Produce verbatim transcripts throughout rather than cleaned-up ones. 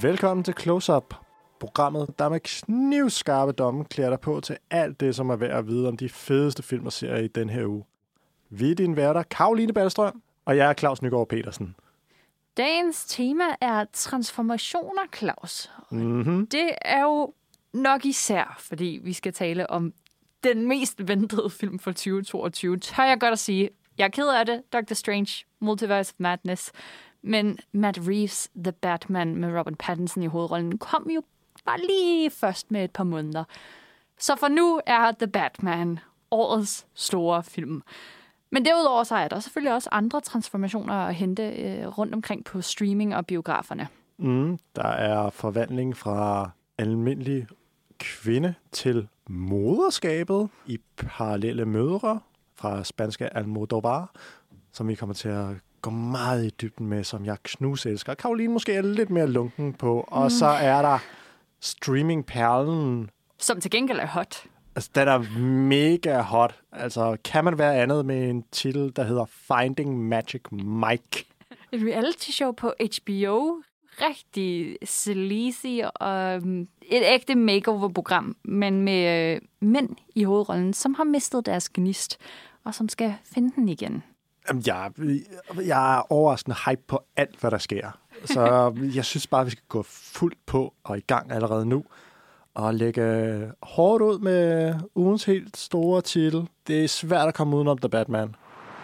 Velkommen til Close-Up, programmet, der med knivskarpe domme klæder dig på til alt det, som er værd at vide om de fedeste film og serier i den her uge. Vi er dine værter, Caroline Ballstrøm, og jeg er Claus Nygaard Petersen. Dagens tema er transformationer, Claus. Mm-hmm. Det er jo nok især, fordi vi skal tale om den mest ventede film for tyve toogtyve. Tør jeg godt at sige, jeg er ked af det, Doctor Strange, Multiverse of Madness. Men Matt Reeves' The Batman med Robert Pattinson i hovedrollen kom jo bare lige først med et par måneder. Så for nu er The Batman årets store film. Men derudover så er der selvfølgelig også andre transformationer at hente øh, rundt omkring på streaming og biograferne. Mm, der er forvandling fra almindelig kvinde til moderskabet i Parallelle Mødre fra spanske Almodóvar, som vi kommer til at gå meget i dybden med, som jeg knuselsker. Caroline måske er lidt mere lunken på. Og mm. så er der streamingperlen. Som til gengæld er hot. Altså, den er mega hot. Altså, kan man være andet med en titel, der hedder Finding Magic Mike? Et reality show på H B O. Rigtig sleazy og et ægte makeover-program, men med øh, mænd i hovedrollen, som har mistet deres gnist, og som skal finde den igen. Jamen, jeg, jeg er overraskende hype på alt, hvad der sker. Så jeg synes bare, vi skal gå fuldt på og i gang allerede nu. Og lægge hårdt ud med ugens helt store titel. Det er svært at komme udenom The Batman.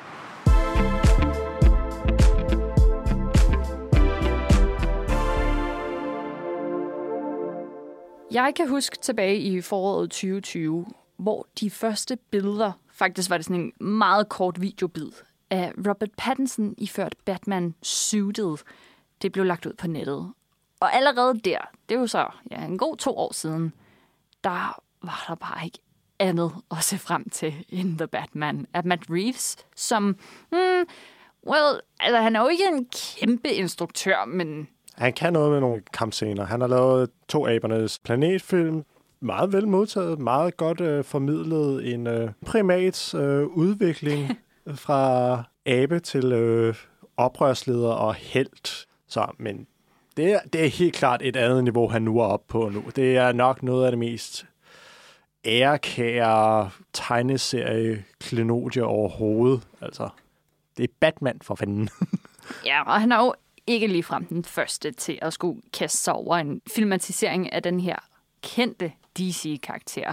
Jeg kan huske tilbage i foråret tyve tyve, hvor de første billeder, faktisk var det sådan en meget kort videobid, af Robert Pattinson iført Batman-suited, det blev lagt ud på nettet. Og allerede der, det er jo så ja, en god to år siden, der var der bare ikke andet at se frem til end The Batman af Matt Reeves, som, hmm, well, altså han er jo ikke en kæmpe instruktør, men... Han kan noget med nogle kampscener. Han har lavet To abernes planetfilm, meget vel modtaget, meget godt øh, formidlet en øh, primats øh, udvikling fra abe til øh, oprørsleder og helt. Så, men det er, det er helt klart et andet niveau, han nu er oppe på nu. Det er nok noget af det mest ærekære tegneserie-klenodie overhovedet. Altså, det er Batman for fanden. Ja, og han er jo ikke ligefrem den første til at skulle kaste sig over en filmatisering af den her kendte D C-karakter.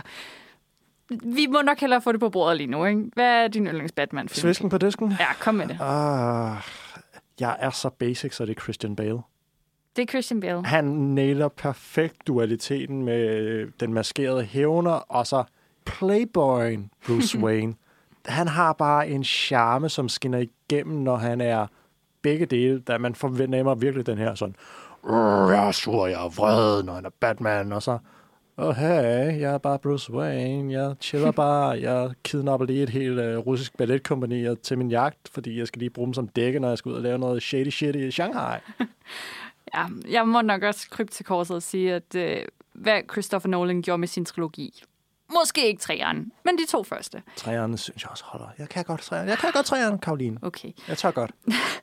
Vi må nok hellere få det på bordet lige nu, ikke? Hvad er din yndlings Batman-film? Svisken på disken? Ja, kom med det. Uh, jeg er så basic, så det er Christian Bale. Det er Christian Bale. Han nailer perfekt dualiteten med den maskerede hævner, og så playboyen Bruce Wayne. Han har bare en charme, som skinner igennem, når han er begge dele, da man fornemmer virkelig den her sådan, jeg er sur, jeg er vred, når han er Batman, og så, åh oh, hey, jeg er bare Bruce Wayne, jeg chiller bare, jeg kidnapper lige et helt uh, russisk balletkompagni til min jagt, fordi jeg skal lige bruge dem som dække, når jeg skal ud og lave noget shady shit i Shanghai. Ja, jeg må nok også krybe til korset og sige, at uh, hvad Christopher Nolan gjorde med sin trilogi, måske ikke træerne, men de to første. Træerne synes jeg også holder. Jeg kan godt træerne. Jeg kan godt træerne, Caroline. Okay. Jeg tør godt.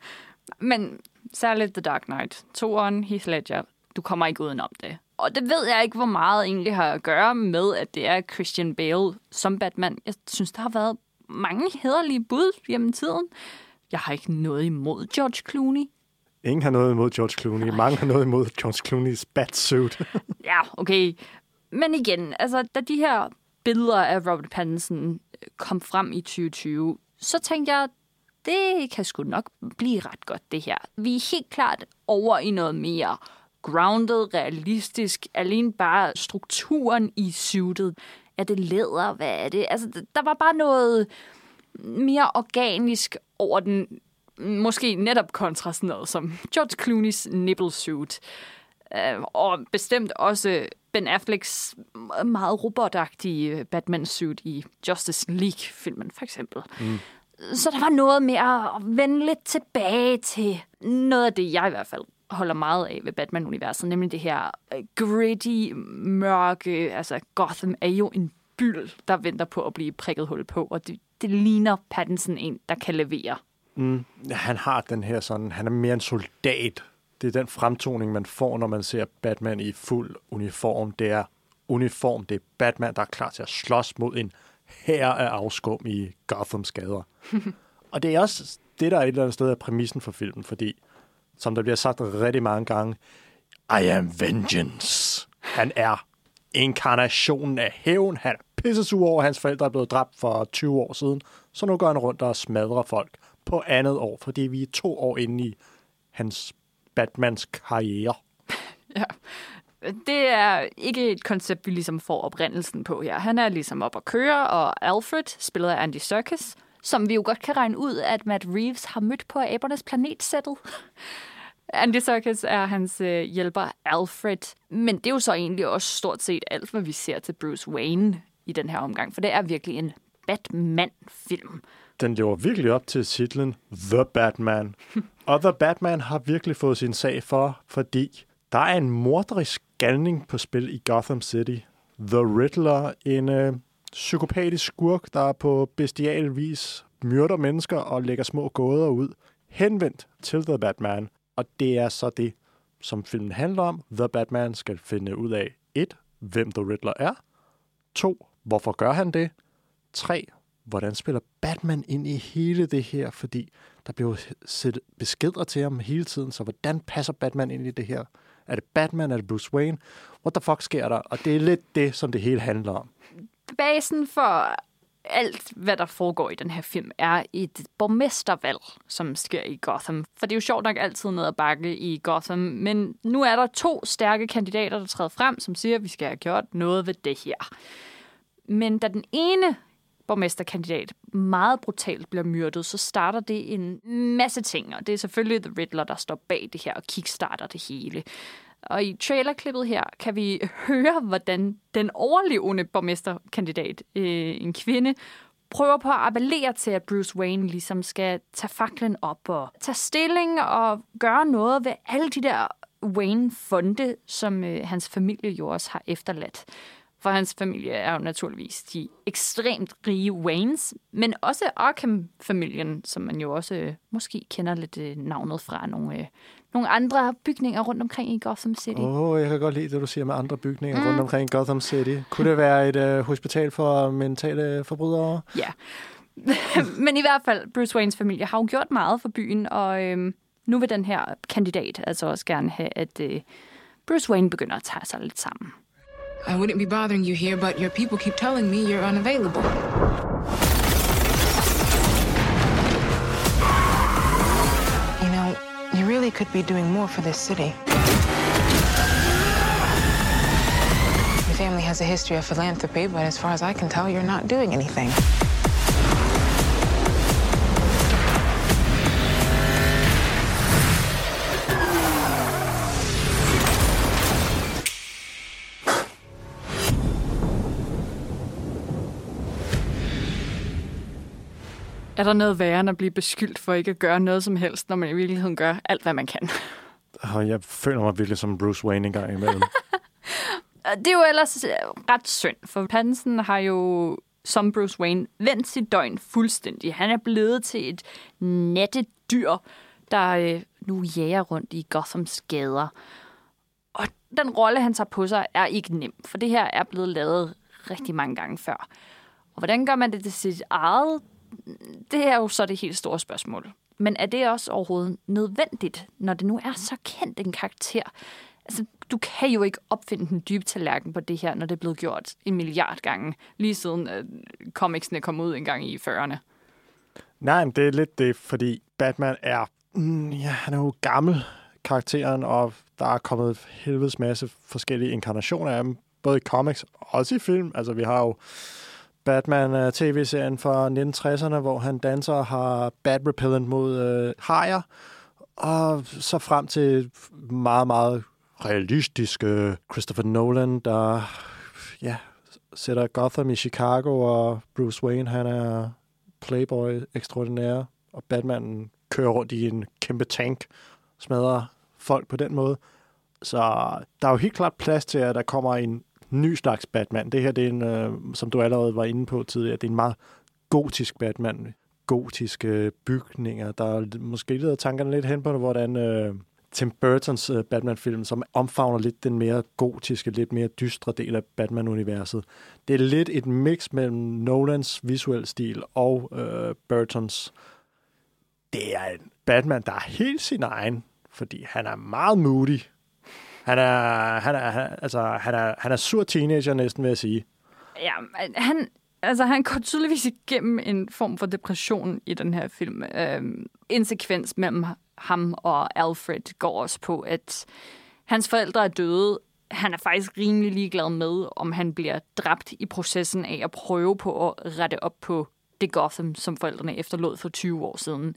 Men særligt The Dark Knight. Toeren, Heath Ledger. Du kommer ikke udenom det. Og det ved jeg ikke, hvor meget egentlig har at gøre med, at det er Christian Bale som Batman. Jeg synes, der har været mange hæderlige bud gennem tiden. Jeg har ikke noget imod George Clooney. Ingen har noget imod George Clooney. Nej. Mange har noget imod George Clooney's batsuit. Ja, okay. Men igen, altså, da de her billeder af Robert Pattinson kom frem i tyve tyve, så tænkte jeg, det kan sgu nok blive ret godt, det her. Vi er helt klart over i noget mere grounded, realistisk. Alene bare strukturen i suitet. Er det læder? Hvad er det? Altså, der var bare noget mere organisk over den, måske netop kontra sådan noget som George Clooney's nipple suit. Og bestemt også Ben Afflecks meget robotagtige Batman-suit i Justice League-filmen, for eksempel. Mm. Så der var noget med at vende lidt tilbage til noget af det, jeg i hvert fald holder meget af ved Batman-universet, nemlig det her gritty, mørke, altså Gotham er jo en byld, der venter på at blive prikket hul på, og det, det ligner Pattinson en, der kan levere. Mm. Han har den her sådan, han er mere en soldat det er den fremtoning, man får, når man ser Batman i fuld uniform. Det er uniform, det er Batman, der er klar til at slås mod en hær af afskum i Gothams gader. Og det er også det, der er et eller andet sted af præmissen for filmen, fordi, som der bliver sagt rigtig mange gange, I am vengeance. Han er inkarnationen af hævn. Han er pissesur over, at hans forældre er blevet dræbt for tyve år siden. Så nu går han rundt og smadrer folk på andet år, fordi vi er to år inde i hans Batmans karriere. Ja, det er ikke et koncept, vi ligesom får oprindelsen på her. Han er ligesom op at køre, og Alfred, spillet af Andy Serkis, som vi jo godt kan regne ud, at Matt Reeves har mødt på Abernes Planet-sættet. Andy Serkis er hans øh, hjælper Alfred. Men det er jo så egentlig også stort set alt, hvad vi ser til Bruce Wayne i den her omgang, for det er virkelig en Batman-film. Den lever virkelig op til titlen The Batman. Og The Batman har virkelig fået sin sag for, fordi der er en morderisk galning på spil i Gotham City. The Riddler, en øh, psykopatisk skurk, der på bestial vis myrder mennesker og lægger små gåder ud, henvendt til The Batman. Og det er så det, som filmen handler om. The Batman skal finde ud af et, hvem The Riddler er. to, hvorfor gør han det? tre, hvordan spiller Batman ind i hele det her? Fordi der bliver set beskeder til ham hele tiden, så hvordan passer Batman ind i det her? Er det Batman? Er det Bruce Wayne? What the fuck sker der? Og det er lidt det, som det hele handler om. Basen for alt, hvad der foregår i den her film, er et borgmestervalg, som sker i Gotham. For det er jo sjovt nok altid ned ad bakke i Gotham, men nu er der to stærke kandidater, der træder frem, som siger, at vi skal have gjort noget ved det her. Men da den ene borgmesterkandidat meget brutalt bliver myrdet, så starter det en masse ting, og det er selvfølgelig The Riddler, der står bag det her og kickstarter det hele. Og i trailerklippet her kan vi høre, hvordan den overlevende borgmesterkandidat, øh, en kvinde, prøver på at appellere til, at Bruce Wayne ligesom skal tage faklen op og tage stilling og gøre noget ved alle de der Wayne-fonde, som øh, hans familie jo også har efterladt. For hans familie er jo naturligvis de ekstremt rige Waynes, men også Arkham-familien, som man jo også øh, måske kender lidt øh, navnet fra nogle, øh, nogle andre bygninger rundt omkring i Gotham City. Åh, oh, jeg kan godt lide det, du siger med andre bygninger mm. rundt omkring Gotham City. Kunne det være et øh, hospital for mentale forbrydere? Ja, men i hvert fald, Bruce Waynes familie har jo gjort meget for byen, og øh, nu vil den her kandidat altså også gerne have, at øh, Bruce Wayne begynder at tage sig lidt sammen. I wouldn't be bothering you here, but your people keep telling me you're unavailable. You know, you really could be doing more for this city. Your family has a history of philanthropy, but as far as I can tell, you're not doing anything. Er der noget værre end at blive beskyldt for ikke at gøre noget som helst, når man i virkeligheden gør alt, hvad man kan? Og jeg føler mig virkelig som Bruce Wayne en gang imellem. Det er jo ellers ret synd, for Pattinson har jo som Bruce Wayne vendt sit døgn fuldstændig. Han er blevet til et nattedyr, der øh, nu jager rundt i Gothams gader. Og den rolle, han tager på sig, er ikke nem, for det her er blevet lavet rigtig mange gange før. Og hvordan gør man det til sit eget? Det er jo så det helt store spørgsmål. Men er det også overhovedet nødvendigt, når det nu er så kendt en karakter? Altså, du kan jo ikke opfinde den dybe tallerken på det her, når det er blevet gjort en milliard gange, lige siden uh, comicsene kom ud en gang i fyrrerne. Nej, men det er lidt det, fordi Batman er, mm, ja, han er jo gammel, karakteren, og der er kommet helvedes masse forskellige inkarnationer af dem, både i comics og også i film. Altså, vi har jo Batman-tv-serien fra nitten tresserne, hvor han danser og har Bat Repellent mod øh, hajer, og så frem til meget, meget realistiske Christopher Nolan, der ja, sætter Gotham i Chicago, og Bruce Wayne, han er playboy ekstraordinær, og Batman kører rundt i en kæmpe tank, smadrer folk på den måde. Så der er jo helt klart plads til, at der kommer en ny slags Batman. Det her, det er en, øh, som du allerede var inde på tidligere, det er en meget gotisk Batman. Gotiske bygninger, der måske leder tankerne lidt hen på, hvordan øh, Tim Burtons uh, Batman-film, som omfavner lidt den mere gotiske, lidt mere dystre del af Batman-universet. Det er lidt et mix mellem Nolans visuel stil og uh, Burtons. Det er en Batman, der er helt sin egen, fordi han er meget moody. Han er, han er, han, altså, han er, han er sur teenager næsten, vil jeg sige. Ja, han, altså, han går tydeligvis igennem en form for depression i den her film. Øhm, en sekvens mellem ham og Alfred går også på, at hans forældre er døde. Han er faktisk rimelig ligeglad med, om han bliver dræbt i processen af at prøve på at rette op på det Gotham, som forældrene efterlod for tyve år siden.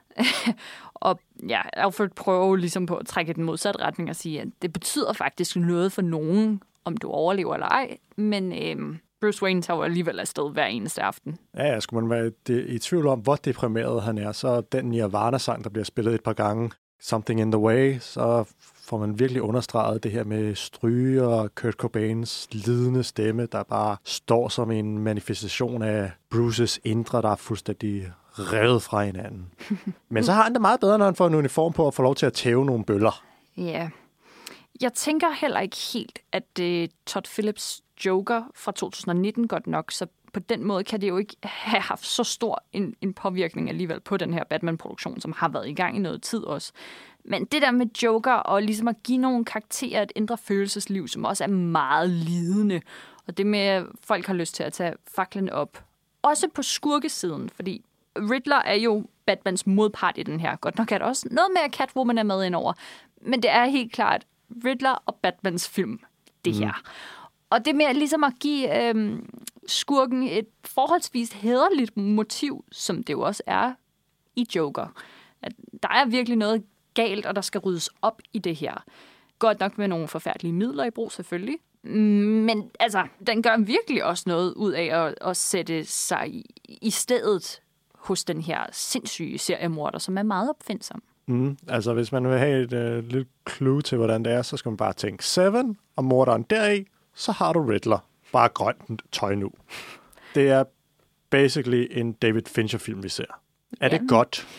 Og ja, Alfred prøver ligesom på at trække den modsatte retning og sige, at det betyder faktisk noget for nogen, om du overlever eller ej. Men øhm, Bruce Wayne tager alligevel afsted hver eneste aften. Ja, ja, skulle man være i tvivl om, hvor deprimeret han er, så den Nirvana-sang, der bliver spillet et par gange, Something in the Way, så får man virkelig understreget det her med stryge og Kurt Cobains lidende stemme, der bare står som en manifestation af Bruces indre, der er fuldstændig revet fra hinanden. Men så har han det meget bedre, når han får en uniform på og får lov til at tæve nogle bøller. Ja. Jeg tænker heller ikke helt, at uh, Todd Phillips Joker fra to tusind nitten godt nok, så på den måde kan det jo ikke have haft så stor en, en påvirkning alligevel på den her Batman-produktion, som har været i gang i noget tid også. Men det der med Joker og ligesom at give nogle karakterer et indre følelsesliv, som også er meget lidende, og det med, at folk har lyst til at tage faklen op. Også på skurkesiden, fordi Riddler er jo Batmans modpart i den her. Godt nok er der også noget med, at Catwoman er med indover. Men det er helt klart Riddler og Batmans film, det her. Mm. Og det med ligesom at give øhm, skurken et forholdsvis hæderligt motiv, som det jo også er i Joker. At der er virkelig noget galt, og der skal ryddes op i det her. Godt nok med nogle forfærdelige midler i brug, selvfølgelig. Men altså, den gør virkelig også noget ud af at, at sætte sig i, i stedet hos den her sindssyge seriemorder, som er meget opfindsom. Mm, altså, hvis man vil have et uh, lille clue til, hvordan det er, så skal man bare tænke Seven, og morderen deri, så har du Riddler. Bare grønt tøj nu. Det er basically en David Fincher-film, vi ser. Er ja. det godt?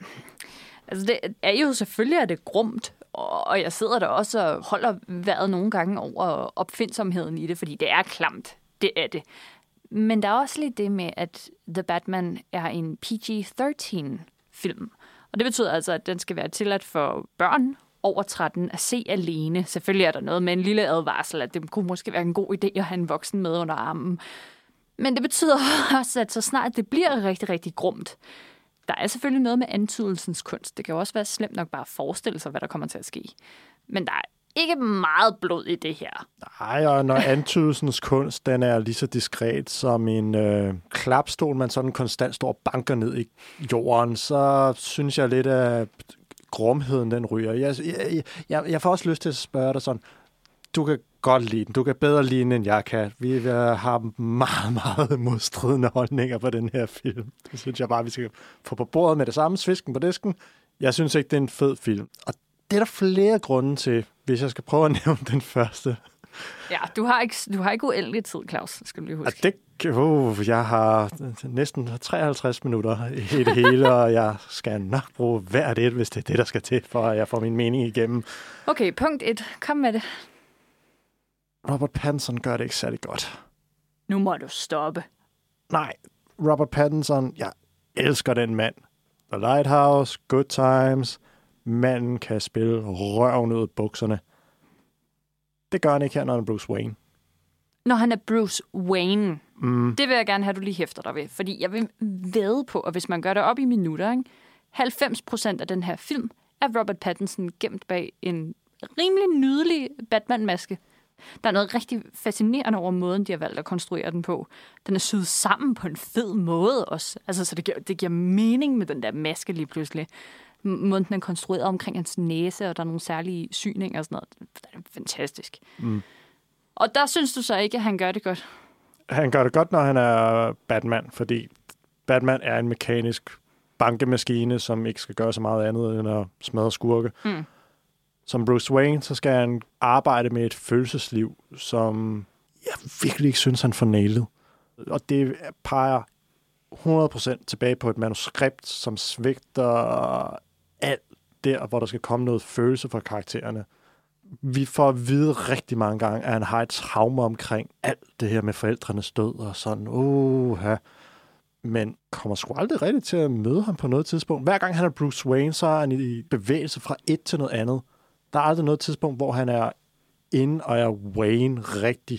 Altså, det er jo selvfølgelig, at det er grumt, og jeg sidder der også og holder vejret nogle gange over opfindsomheden i det, fordi det er klamt. Det er det. Men der er også lidt det med, at The Batman er en P G tretten film. Og det betyder altså, at den skal være tilladt for børn over tretten at se alene. Selvfølgelig er der noget med en lille advarsel, at det kunne måske være en god idé at have en voksen med under armen. Men det betyder også, at så snart det bliver rigtig, rigtig grumt. Der er selvfølgelig noget med antydelsens kunst. Det kan jo også være slemt nok bare at forestille sig, hvad der kommer til at ske. Men der er ikke meget blod i det her. Nej, og når antydelsens kunst, den er lige så diskret som en øh, klapstol, man sådan konstant står og banker ned i jorden, så synes jeg lidt, at grumheden, den ryger. Jeg, jeg, jeg, jeg får også lyst til at spørge dig sådan, du kan godt lide den, du kan bedre lide den, end jeg kan. Vi har meget, meget modstridende holdninger på den her film. Det synes jeg bare, vi skal få på bordet med det samme, svisken på disken. Jeg synes ikke, det er en fed film. Og det er der flere grunde til, hvis jeg skal prøve at nævne den første. Ja, du har ikke, du har ikke uendelig tid, Claus, skal du lige huske. Og det, uh, jeg har næsten treoghalvtreds minutter i det hele, og jeg skal nok bruge hvert et, hvis det er det, der skal til, for at jeg får min mening igennem. Okay, punkt et. Kom med det. Robert Pattinson gør det ikke særlig godt. Nu må du stoppe. Nej, Robert Pattinson, jeg elsker den mand. The Lighthouse, Good Times. Manden kan spille røven ud af bukserne. Det gør han ikke her, når han er Bruce Wayne. Når han er Bruce Wayne. Mm. Det vil jeg gerne have, du lige hæfter dig ved. Fordi jeg vil vædde på, at hvis man gør det op i minutter, ikke? halvfems procent af den her film er Robert Pattinson gemt bag en rimelig nydelig Batman-maske. Der er noget rigtig fascinerende over måden, de har valgt at konstruere den på. Den er syet sammen på en fed måde også. Altså, så det giver, det giver mening med den der maske lige pludselig. Måden den er konstrueret omkring hans næse, og der er nogle særlige syninger og sådan noget. Det er fantastisk. Mm. Og der synes du så ikke, at han gør det godt? Han gør det godt, når han er Batman, fordi Batman er en mekanisk bankemaskine, som ikke skal gøre så meget andet end at smadre skurke. Mm. Som Bruce Wayne, så skal han arbejde med et følelsesliv, som jeg virkelig ikke synes, han får nailet. Og det peger hundrede procent tilbage på et manuskript, som svigter alt der, hvor der skal komme noget følelse fra karaktererne. Vi får at vide rigtig mange gange, at han har et traume omkring alt det her med forældrenes død og sådan, uha. Men kommer sgu aldrig rigtigt til at møde ham på noget tidspunkt. Hver gang han er Bruce Wayne, så er han i bevægelse fra et til noget andet. Der er aldrig noget tidspunkt, hvor han er inde og er Wayne rigtig.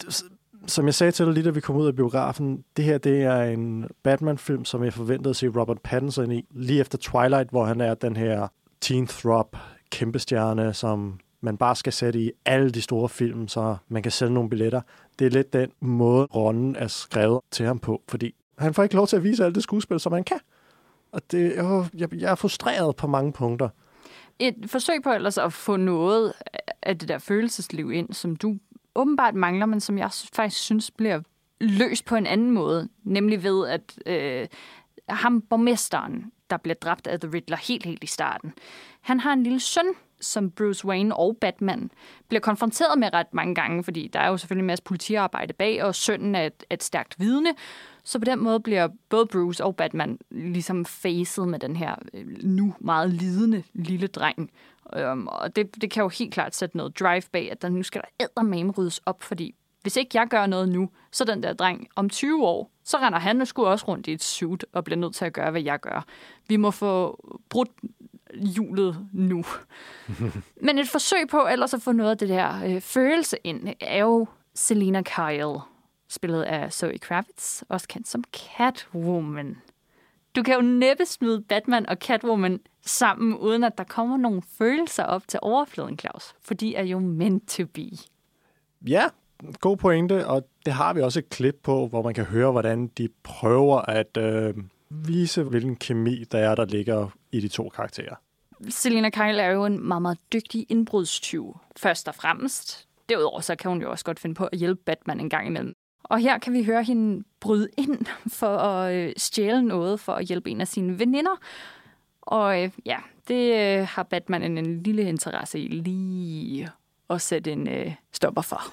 Som jeg sagde til dig lige, da vi kom ud af biografen, det her det er en Batman-film, som jeg forventede at se Robert Pattinson i. Lige efter Twilight, hvor han er den her teen throp, kæmpestjerne, som man bare skal sætte i alle de store film, så man kan sælge nogle billetter. Det er lidt den måde, rollen er skrevet til ham på, fordi han får ikke lov til at vise alt det skuespil, som han kan. Og det, jo, jeg, jeg er frustreret på mange punkter. Et forsøg på ellers at få noget af det der følelsesliv ind, som du åbenbart mangler, men som jeg faktisk synes bliver løst på en anden måde. Nemlig ved, at øh, ham, borgmesteren, der bliver dræbt af The Riddler helt, helt i starten, han har en lille søn, som Bruce Wayne og Batman bliver konfronteret med ret mange gange, fordi der er jo selvfølgelig en masse politiarbejde bag, og sønnen er et, et stærkt vidne. Så på den måde bliver både Bruce og Batman ligesom facet med den her nu meget lidende lille dreng. Um, og det, det kan jo helt klart sætte noget drive bag, at der nu skal der eddermame ryddes op, fordi hvis ikke jeg gør noget nu, så den der dreng om tyve år, så render han nu sgu også rundt i et suit og bliver nødt til at gøre, hvad jeg gør. Vi må få brudt hjulet nu. Men et forsøg på ellers at få noget af det der øh, følelse ind, er jo Selina Kyle, spillet af Zoe Kravitz, også kendt som Catwoman. Du kan jo næppe smide Batman og Catwoman sammen, uden at der kommer nogle følelser op til overfladen, Claus. For de er jo meant to be. Ja, god pointe, og det har vi også et klip på, hvor man kan høre, hvordan de prøver at øh, vise, hvilken kemi der er, der ligger i de to karakterer. Selina Kyle er jo en meget, meget dygtig indbrudstyv, først og fremmest. Derudover så kan hun jo også godt finde på at hjælpe Batman en gang imellem. Og her kan vi høre hende bryde ind for at øh, stjæle noget, for at hjælpe en af sine veninder. Og øh, ja, det øh, har Batman en, en lille interesse i lige at sætte en øh, stopper for.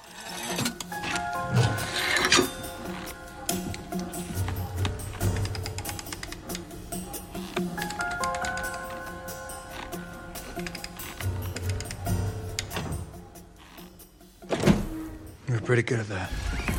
You're pretty good at that.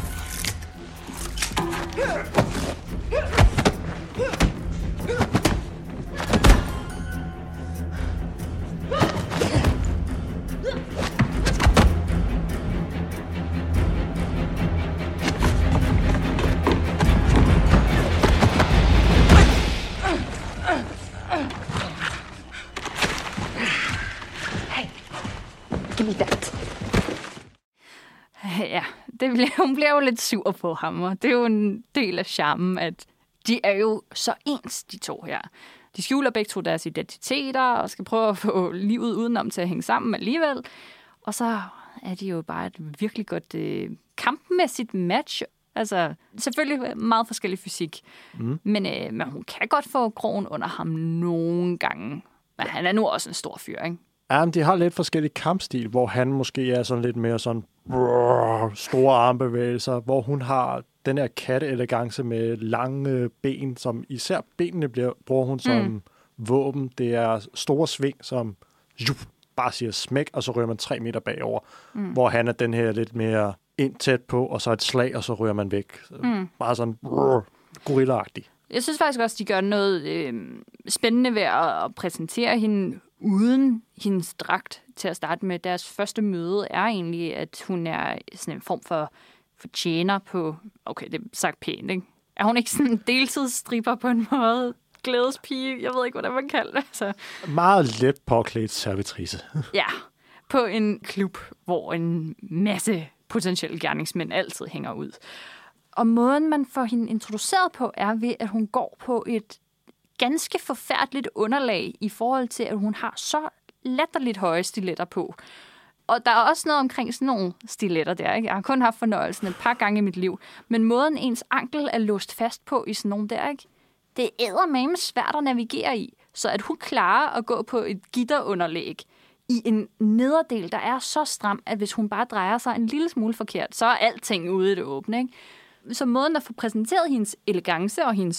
Ja, det bliver, hun bliver jo lidt sur på ham, og det er jo en del af charmen, at de er jo så ens, de to her. De skjuler begge to deres identiteter, og skal prøve at få livet udenom til at hænge sammen alligevel. Og så er de jo bare et virkelig godt øh, kampmæssigt match. Altså, selvfølgelig meget forskellig fysik, mm. men, øh, men hun kan godt få krogen under ham nogle gange. Men han er nu også en stor fyr, ikke? Ja, de har lidt forskellig kampstil, hvor han måske er sådan lidt mere sådan brrr, store armbevægelser, hvor hun har den her katteelegance med lange ben, som især benene bliver, bruger hun som mm. våben. Det er store sving, som jup, bare siger smæk, og så rører man tre meter bagover, mm. hvor han er den her lidt mere ind tæt på, og så et slag, og så rører man væk. Mm. Bare sådan brrr, gorilla-agtig. Jeg synes faktisk også, de gør noget øh, spændende ved at, at præsentere hende uden hendes dragt til at starte med. Deres første møde er egentlig, at hun er sådan en form for, for tjener på... Okay, det er sagt pænt, ikke? Er hun ikke sådan en deltidsstripper på en måde? Glædespige? Jeg ved ikke, hvordan man kalder det. Så. Meget let påklædt servitrice. Ja, på en klub, hvor en masse potentielle gerningsmænd altid hænger ud. Og måden, man får hende introduceret på, er ved, at hun går på et ganske forfærdeligt underlag i forhold til, at hun har så latterligt høje stiletter på. Og der er også noget omkring sådan nogle stiletter der, ikke? Jeg har kun haft fornøjelsen et par gange i mit liv. Men måden, ens ankel er låst fast på i sådan nogle der, ikke? Det er eddermame svært at navigere i. Så at hun klarer at gå på et gitterunderlæg i en nederdel, der er så stram, at hvis hun bare drejer sig en lille smule forkert, så er alting ude i det åbne, ikke? Så måden at få præsenteret hendes elegance og hendes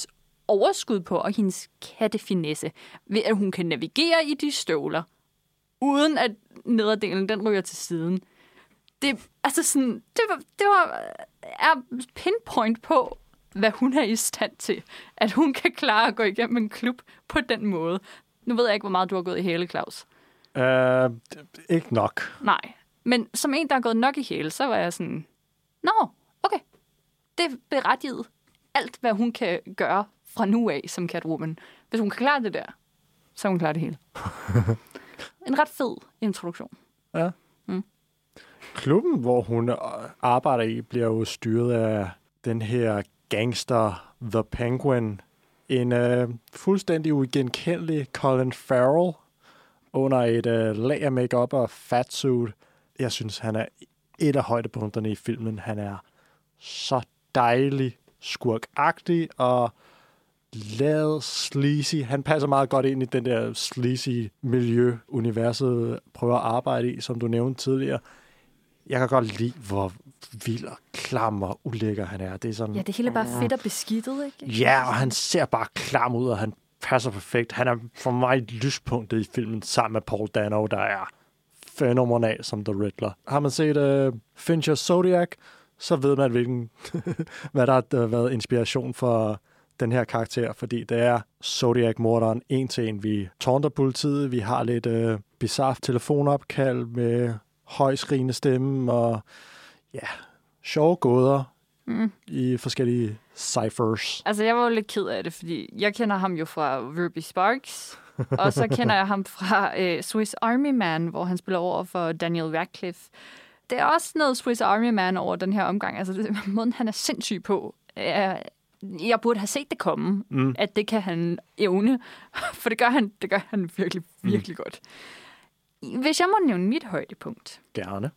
overskud på, og hendes kattefinesse, ved at hun kan navigere i de støvler, uden at nederdelen, den ryger til siden. Det, altså sådan, det, var, det var, er pinpoint på, hvad hun er i stand til. At hun kan klare at gå igennem en klub på den måde. Nu ved jeg ikke, hvor meget du har gået i hæle, Claus. Uh, ikke nok. Nej, men som en, der har gået nok i hæle, så var jeg sådan, nå, okay, det er berettiget. Alt, hvad hun kan gøre fra nu af som Catwoman. Hvis hun kan klare det der, så hun klare det hele. En ret fed introduktion. Ja. Mm. Klubben, hvor hun arbejder i, bliver jo styret af den her gangster, The Penguin. En øh, fuldstændig uigenkendelig Colin Farrell under et øh, lag af make-up og fatsuit. Jeg synes, han er et af højdepunkterne i filmen. Han er så dejlig, skurkagtig og lavet sleazy. Han passer meget godt ind i den der sleazy miljø, universet prøver at arbejde i, som du nævnte tidligere. Jeg kan godt lide, hvor vild og klam og ulækker han er. Det er sådan, ja, det hele er bare fedt og beskidtet, ikke? Ja, og han ser bare klam ud, og han passer perfekt. Han er for mig lyspunktet i filmen, sammen med Paul Dano, der er fænomenal som The Riddler. Har man set uh, Fincher Zodiac, så ved man, hvilken, hvad der har været inspiration for den her karakter, fordi det er Zodiac-morderen en til en. Vi taunter politiet, vi har lidt uh, bizarre telefonopkald med højskrigende stemme og ja, sjove gåder mm. i forskellige ciphers. Altså, jeg var jo lidt ked af det, fordi jeg kender ham jo fra Ruby Sparks, og så kender jeg ham fra øh, Swiss Army Man, hvor han spiller over for Daniel Radcliffe. Det er også noget Swiss Army Man over den her omgang. Altså, det, måden han er sindssyg på. Jeg, jeg burde have set det komme, mm. at det kan han evne, for det gør han, det gør han virkelig, virkelig mm. godt. Hvis jeg må nævne mit højdepunkt, gerne,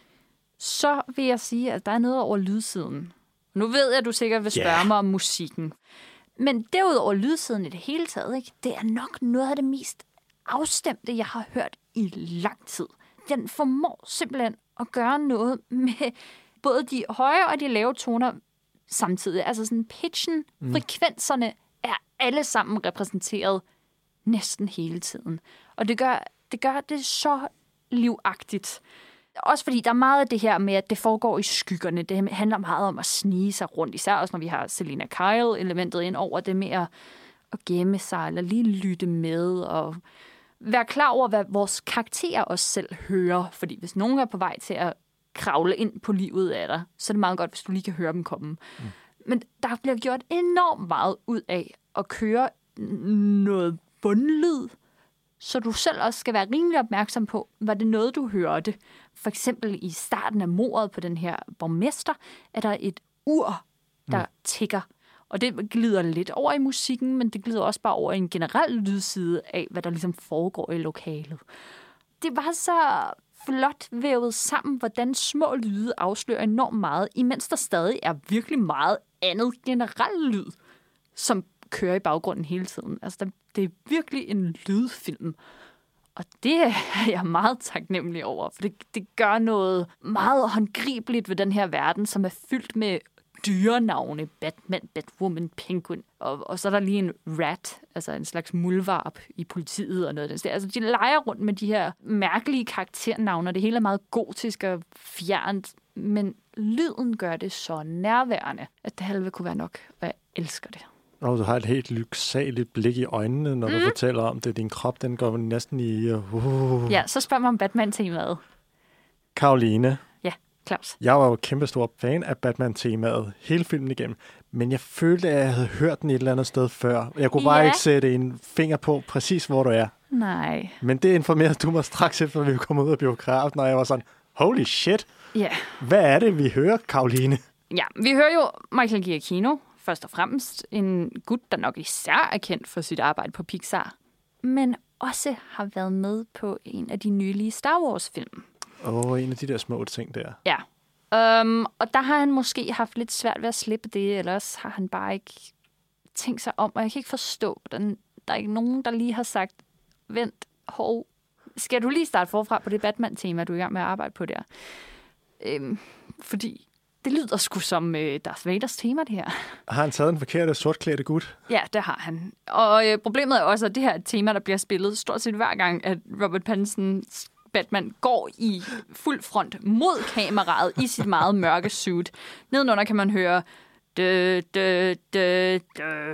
så vil jeg sige, at der er noget over lydsiden. Nu ved jeg, at du sikkert vil spørge yeah. mig om musikken. Men derudover lydsiden i det hele taget, ikke? Det er nok noget af det mest afstemte, jeg har hørt i lang tid. Den formår simpelthen at gøre noget med både de høje og de lave toner samtidig. Altså sådan pitchen, mm. frekvenserne er alle sammen repræsenteret næsten hele tiden. Og det gør det, gør det så livagtigt. Også fordi der er meget af det her med, at det foregår i skyggerne. Det handler meget om at snige sig rundt, især også når vi har Selina Kyle-elementet ind over det med at, at gemme sig, eller lige lytte med, og være klar over, hvad vores karakterer også selv hører. Fordi hvis nogen er på vej til at kravle ind på livet af dig, så er det meget godt, hvis du lige kan høre dem komme. Mm. Men der bliver gjort enormt meget ud af at køre noget bundlyd, så du selv også skal være rimelig opmærksom på, var det noget, du hørte. For eksempel i starten af mordet på den her borgmester, er der et ur, der mm. tikker. Og det glider lidt over i musikken, men det glider også bare over i en generel lydside af, hvad der ligesom foregår i lokalet. Det var så flot vævet sammen, hvordan små lyde afslører enormt meget, imens der stadig er virkelig meget andet generelt lyd, som kører i baggrunden hele tiden. Altså, det er virkelig en lydfilm. Og det er jeg meget taknemmelig over, for det, det gør noget meget håndgribeligt ved den her verden, som er fyldt med dyrenavne. Batman, Batwoman, Penguin. Og, og så er der lige en rat, altså en slags muldvarp i politiet og noget af det. Altså, de leger rundt med de her mærkelige karakternavne, og det hele er meget gotisk og fjernt. Men lyden gør det så nærværende, at det halve kunne være nok, og jeg elsker det. Og du har et helt lyksaligt blik i øjnene, når mm. du fortæller om det. Din krop, den går næsten i... Uh. Ja, så spørg mig om Batman-temaet. Karoline. Ja, Claus. Jeg var jo kæmpestor fan af Batman-temaet hele filmen igennem, men jeg følte, at jeg havde hørt den et eller andet sted før. Jeg kunne bare ja. ikke sætte en finger på præcis, hvor du er. Nej. Men det informerede du mig straks efter, at vi kom ud af biografen, når jeg var sådan, holy shit. Ja. Hvad er det, vi hører, Karoline? Ja, vi hører jo Michael Giacchino, først og fremmest en gut, der nok især er kendt for sit arbejde på Pixar, men også har været med på en af de nylige Star Wars-film. Åh, oh, en af de der små ting der. Ja, um, og der har han måske haft lidt svært ved at slippe det, ellers har han bare ikke tænkt sig om, og jeg kan ikke forstå, hvordan der er ikke nogen, der lige har sagt, vent, hov, skal du lige starte forfra på det Batman-tema, du er i gang med at arbejde på der? Um, fordi Det lyder sgu som øh, Darth Vaders tema, det her. Har han taget en forkerte sortklædte gut? Ja, det har han. Og øh, problemet er også, at det her er et tema, der bliver spillet stort set hver gang, at Robert Pattinsons Batman går i fuld front mod kameraet i sit meget mørke suit. Nedenunder kan man høre dø, dø, dø, dø.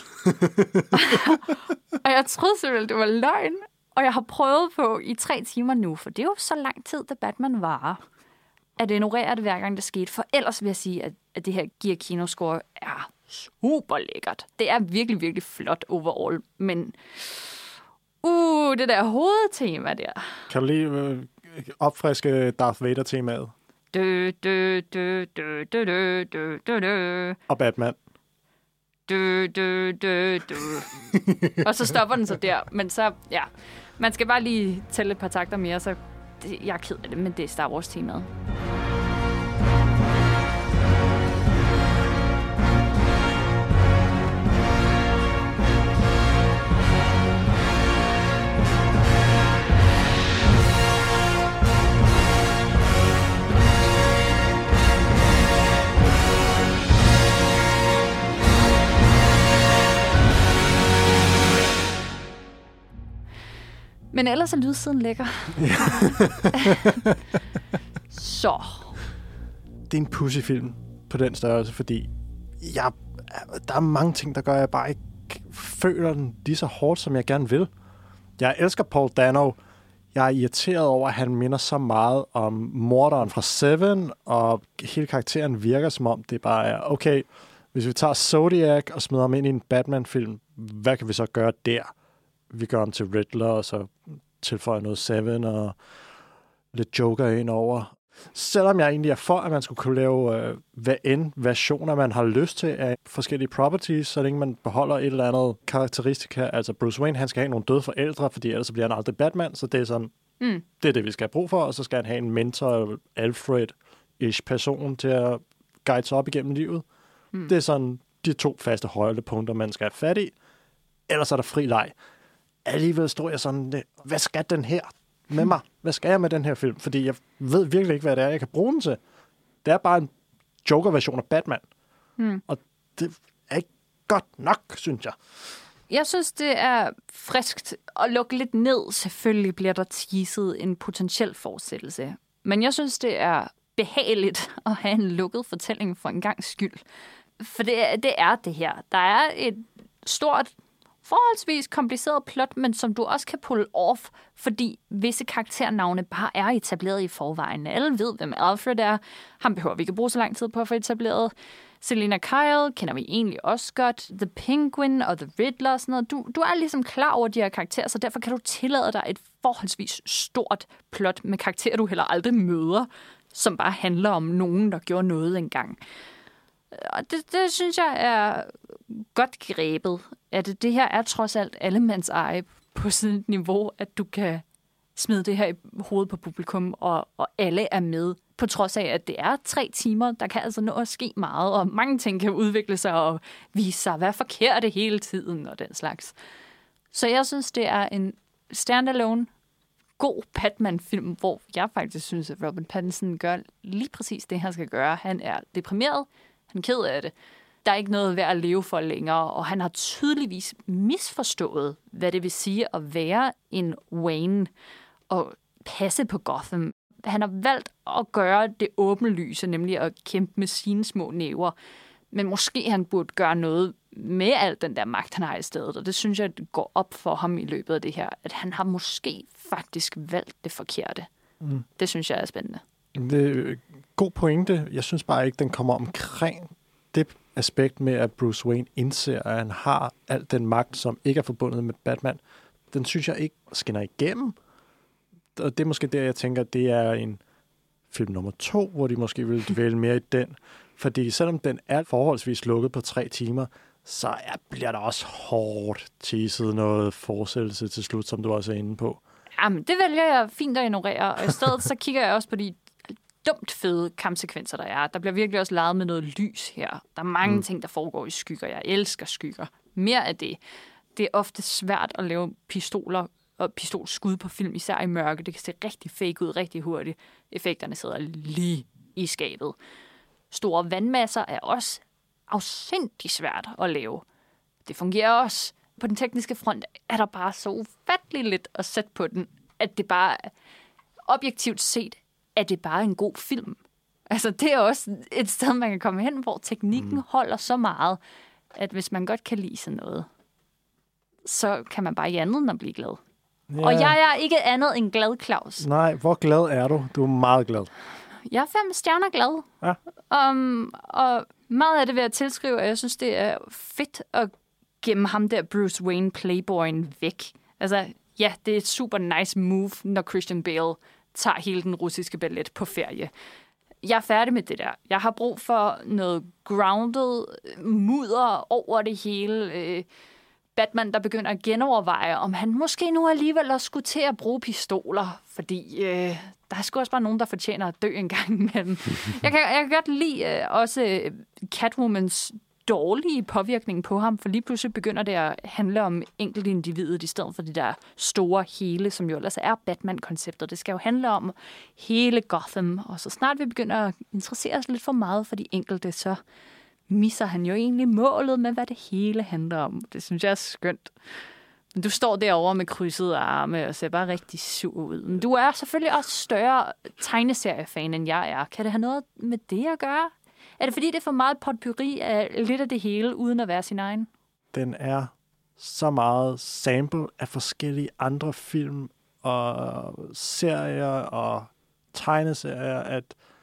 Og jeg troede simpelthen, det var løgn. Og jeg har prøvet på i tre timer nu, for det er jo så lang tid, da Batman varer, at ignorere det hver gang, det skete. For ellers vil jeg sige, at, at det her Gear Kino-score er super lækkert. Det er virkelig, virkelig flot overall. Men uh, det der hovedtema der. Kan du lige øh, opfriske Darth Vader-temaet? Dø, dø, dø, dø, dø, dø, dø, dø, dø. Og Batman. Dø, dø, dø, dø. Og så stopper den så der. Men så, ja, man skal bare lige tælle et par takter mere, så det, jeg er ked af det, men det er Star Wars-temaet. Men ellers er lydsiden lækker. Så. Det er en pussyfilm på den størrelse, fordi jeg, der er mange ting, der gør, at jeg bare ikke føler den lige så hårdt, som jeg gerne vil. Jeg elsker Paul Dano. Jeg er irriteret over, at han minder så meget om morderen fra Seven, og hele karakteren virker som om, det bare er, okay, hvis vi tager Zodiac og smider ham ind i en Batman-film, hvad kan vi så gøre der? Vi gør ham til Riddler, og så tilføjer noget Seven og lidt Joker ind over. Selvom jeg egentlig er for, at man skulle kunne lave øh, hvad end versioner, man har lyst til af forskellige properties, så længe man beholder et eller andet karakteristika. Altså Bruce Wayne, han skal have nogle døde forældre, fordi ellers så bliver han aldrig Batman, så det er sådan, mm. det er det, vi skal have brug for, og så skal han have en mentor, Alfred-ish person til at guide sig op igennem livet. Mm. Det er sådan de to faste højdepunkter, man skal have fat i. Ellers er der fri leg. Alligevel står jeg sådan, hvad skal den her med mig? Hvad skal jeg med den her film? Fordi jeg ved virkelig ikke, hvad det er, jeg kan bruge den til. Det er bare en Joker-version af Batman. Hmm. Og det er ikke godt nok, synes jeg. Jeg synes, det er friskt at lukke lidt ned. Selvfølgelig bliver der teaset en potentiel fortsættelse. Men jeg synes, det er behageligt at have en lukket fortælling for en gangs skyld. For det, det er det her. Der er et stort, forholdsvis kompliceret plot, men som du også kan pulle off, fordi visse karakternavne bare er etableret i forvejen. Alle ved, hvem Alfred er. Han behøver vi ikke bruge så lang tid på at få etableret. Selina Kyle kender vi egentlig også godt. The Penguin og The Riddler og sådan noget. Du, du er ligesom klar over de her karakterer, så derfor kan du tillade dig et forholdsvis stort plot med karakterer, du heller aldrig møder, som bare handler om nogen, der gjorde noget engang. Og det, det synes jeg er godt grebet, at det her er trods alt allemands eje på sådan et niveau, at du kan smide det her i hovedet på publikum, og, og alle er med, på trods af, at det er tre timer. Der kan altså nå at ske meget, og mange ting kan udvikle sig og vise sig at være forkerte hele tiden og den slags. Så jeg synes, det er en standalone, god Batman-film, hvor jeg faktisk synes, at Robert Pattinson gør lige præcis det, han skal gøre. Han er deprimeret, han er ked af det. Der er ikke noget værd at leve for længere, og han har tydeligvis misforstået, hvad det vil sige at være en Wayne og passe på Gotham. Han har valgt at gøre det åbenlyse, nemlig at kæmpe med sine små næver. Men måske han burde gøre noget med al den der magt, han har i stedet. Og det synes jeg, det går op for ham i løbet af det her, at han har måske faktisk valgt det forkerte. Mm. Det synes jeg er spændende. Det er en god pointe. Jeg synes bare ikke, den kommer omkring det aspekt med, at Bruce Wayne indser, at han har al den magt, som ikke er forbundet med Batman. Den synes jeg ikke skinner igennem. Og det er måske der, jeg tænker, at det er en film nummer to, hvor de måske vil dvæle mere i den. Fordi selvom den er forholdsvis lukket på tre timer, så er, bliver der også hårdt teaset noget fortsættelse til slut, som du også er inde på. Jamen, det vælger jeg fint at ignorere. Og i stedet så kigger jeg også på de dumt fede kampsekvenser, der er. Der bliver virkelig også leget med noget lys her. Der er mange mm. ting, der foregår i skygger. Jeg elsker skygger. Mere af det. Det er ofte svært at lave pistoler og pistolskud på film, især i mørke. Det kan se rigtig fake ud rigtig hurtigt. Effekterne sidder lige i skabet. store vandmasser er også afsindigt svært at lave. Det fungerer også. På den tekniske front er der bare så ufatteligt lidt at sætte på den, at det bare, objektivt set, er det bare en god film. Altså, det er også et sted, man kan komme hen, hvor teknikken mm. holder så meget, at hvis man godt kan lide sådan noget, så kan man bare ikke andet end at blive glad. Ja. Og jeg er ikke andet end glad, Claus. Nej, hvor glad er du? Du er meget glad. Jeg er fem stjerner glad. Ja. Um, og meget af det vil jeg tilskrive, at jeg synes, det er fedt at gemme ham der Bruce Wayne playboyen væk. Altså, ja, det er et super nice move, når Christian Bale tager hele den russiske ballet på ferie. Jeg er færdig med det der. Jeg har brug for noget grounded mudder over det hele. Batman, der begynder at genoverveje, om han måske nu alligevel også skulle til at bruge pistoler, fordi øh, der er sgu også bare nogen, der fortjener at dø en gang imellem. jeg, kan, jeg kan godt lide øh, også Catwomans dårlige påvirkning på ham, for lige pludselig begynder det at handle om enkeltindividet i stedet for det der store hele, som jo ellers er Batman-konceptet. Det skal jo handle om hele Gotham, og så snart vi begynder at interessere os lidt for meget for de enkelte, så misser han jo egentlig målet med, hvad det hele handler om. Det synes jeg er skønt. Men du står derovre med krydsede arme og ser bare rigtig sur ud. Men du er selvfølgelig også større tegneseriefan, end jeg er. Kan det have noget med det at gøre? Er det fordi, det er for meget potpourri af lidt af det hele, uden at være sin egen? Den er så meget sample af forskellige andre film og serier og tegneserier, at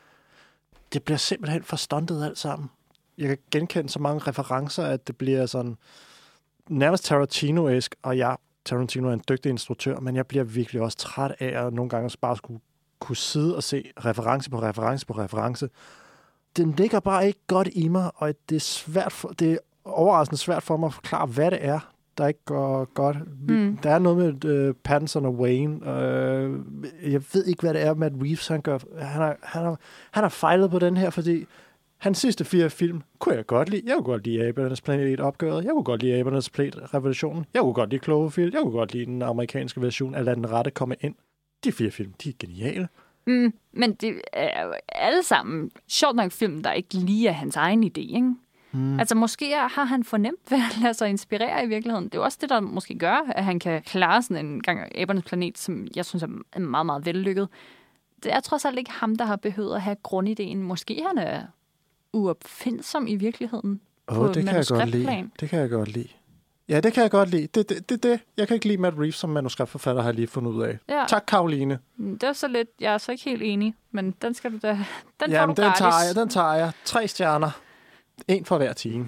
det bliver simpelthen for stuntet alt sammen. Jeg kan genkende så mange referencer, at det bliver sådan nærmest Tarantino-esk, og ja, Tarantino er en dygtig instruktør, men jeg bliver virkelig også træt af at nogle gange bare skulle kunne sidde og se reference på reference på reference. Den ligger bare ikke godt i mig, og det er svært for, det er overraskende svært for mig at forklare, hvad det er, der ikke går godt. Mm. Der er noget med uh, Pattinson og Wayne. Uh, jeg ved ikke, hvad det er, Matt Reeves han gør. Han har, han har, han har fejlet på den her, fordi hans sidste fire film kunne jeg godt lide. Jeg kunne godt lide Abernes Planet-opgøret. Jeg kunne godt lide Abernes Planet-revolutionen. Jeg kunne godt lide Cloverfield. Jeg kunne godt lide den amerikanske version af Lad den rette komme ind. De fire film, de er geniale. Mm, men det er jo alle sammen sjovt nok film, der ikke lige er hans egen idé, ikke? Mm. Altså måske har han fornemt ved at lade sig inspirere i virkeligheden. Det er jo også det, der måske gør, at han kan klare sådan en gang Abernes Planet, som jeg synes er meget, meget vellykket. Det er trods alt ikke ham, der har behøvet at have grundideen. Måske han er uopfindsom i virkeligheden. Åh, oh, det kan jeg godt lide. Det kan jeg godt lide. Ja, det kan jeg godt lide. Det det, det, det. Jeg kan ikke lide Matt Reeves som manuskriptforfatter, har jeg lige fundet ud af. Ja. Tak, Karoline. Det er så lidt. Jeg er så ikke helt enig, men den skal du da. Den Jamen, får du den gratis. tager jeg. Den tager jeg. Tre stjerner. En for hver time.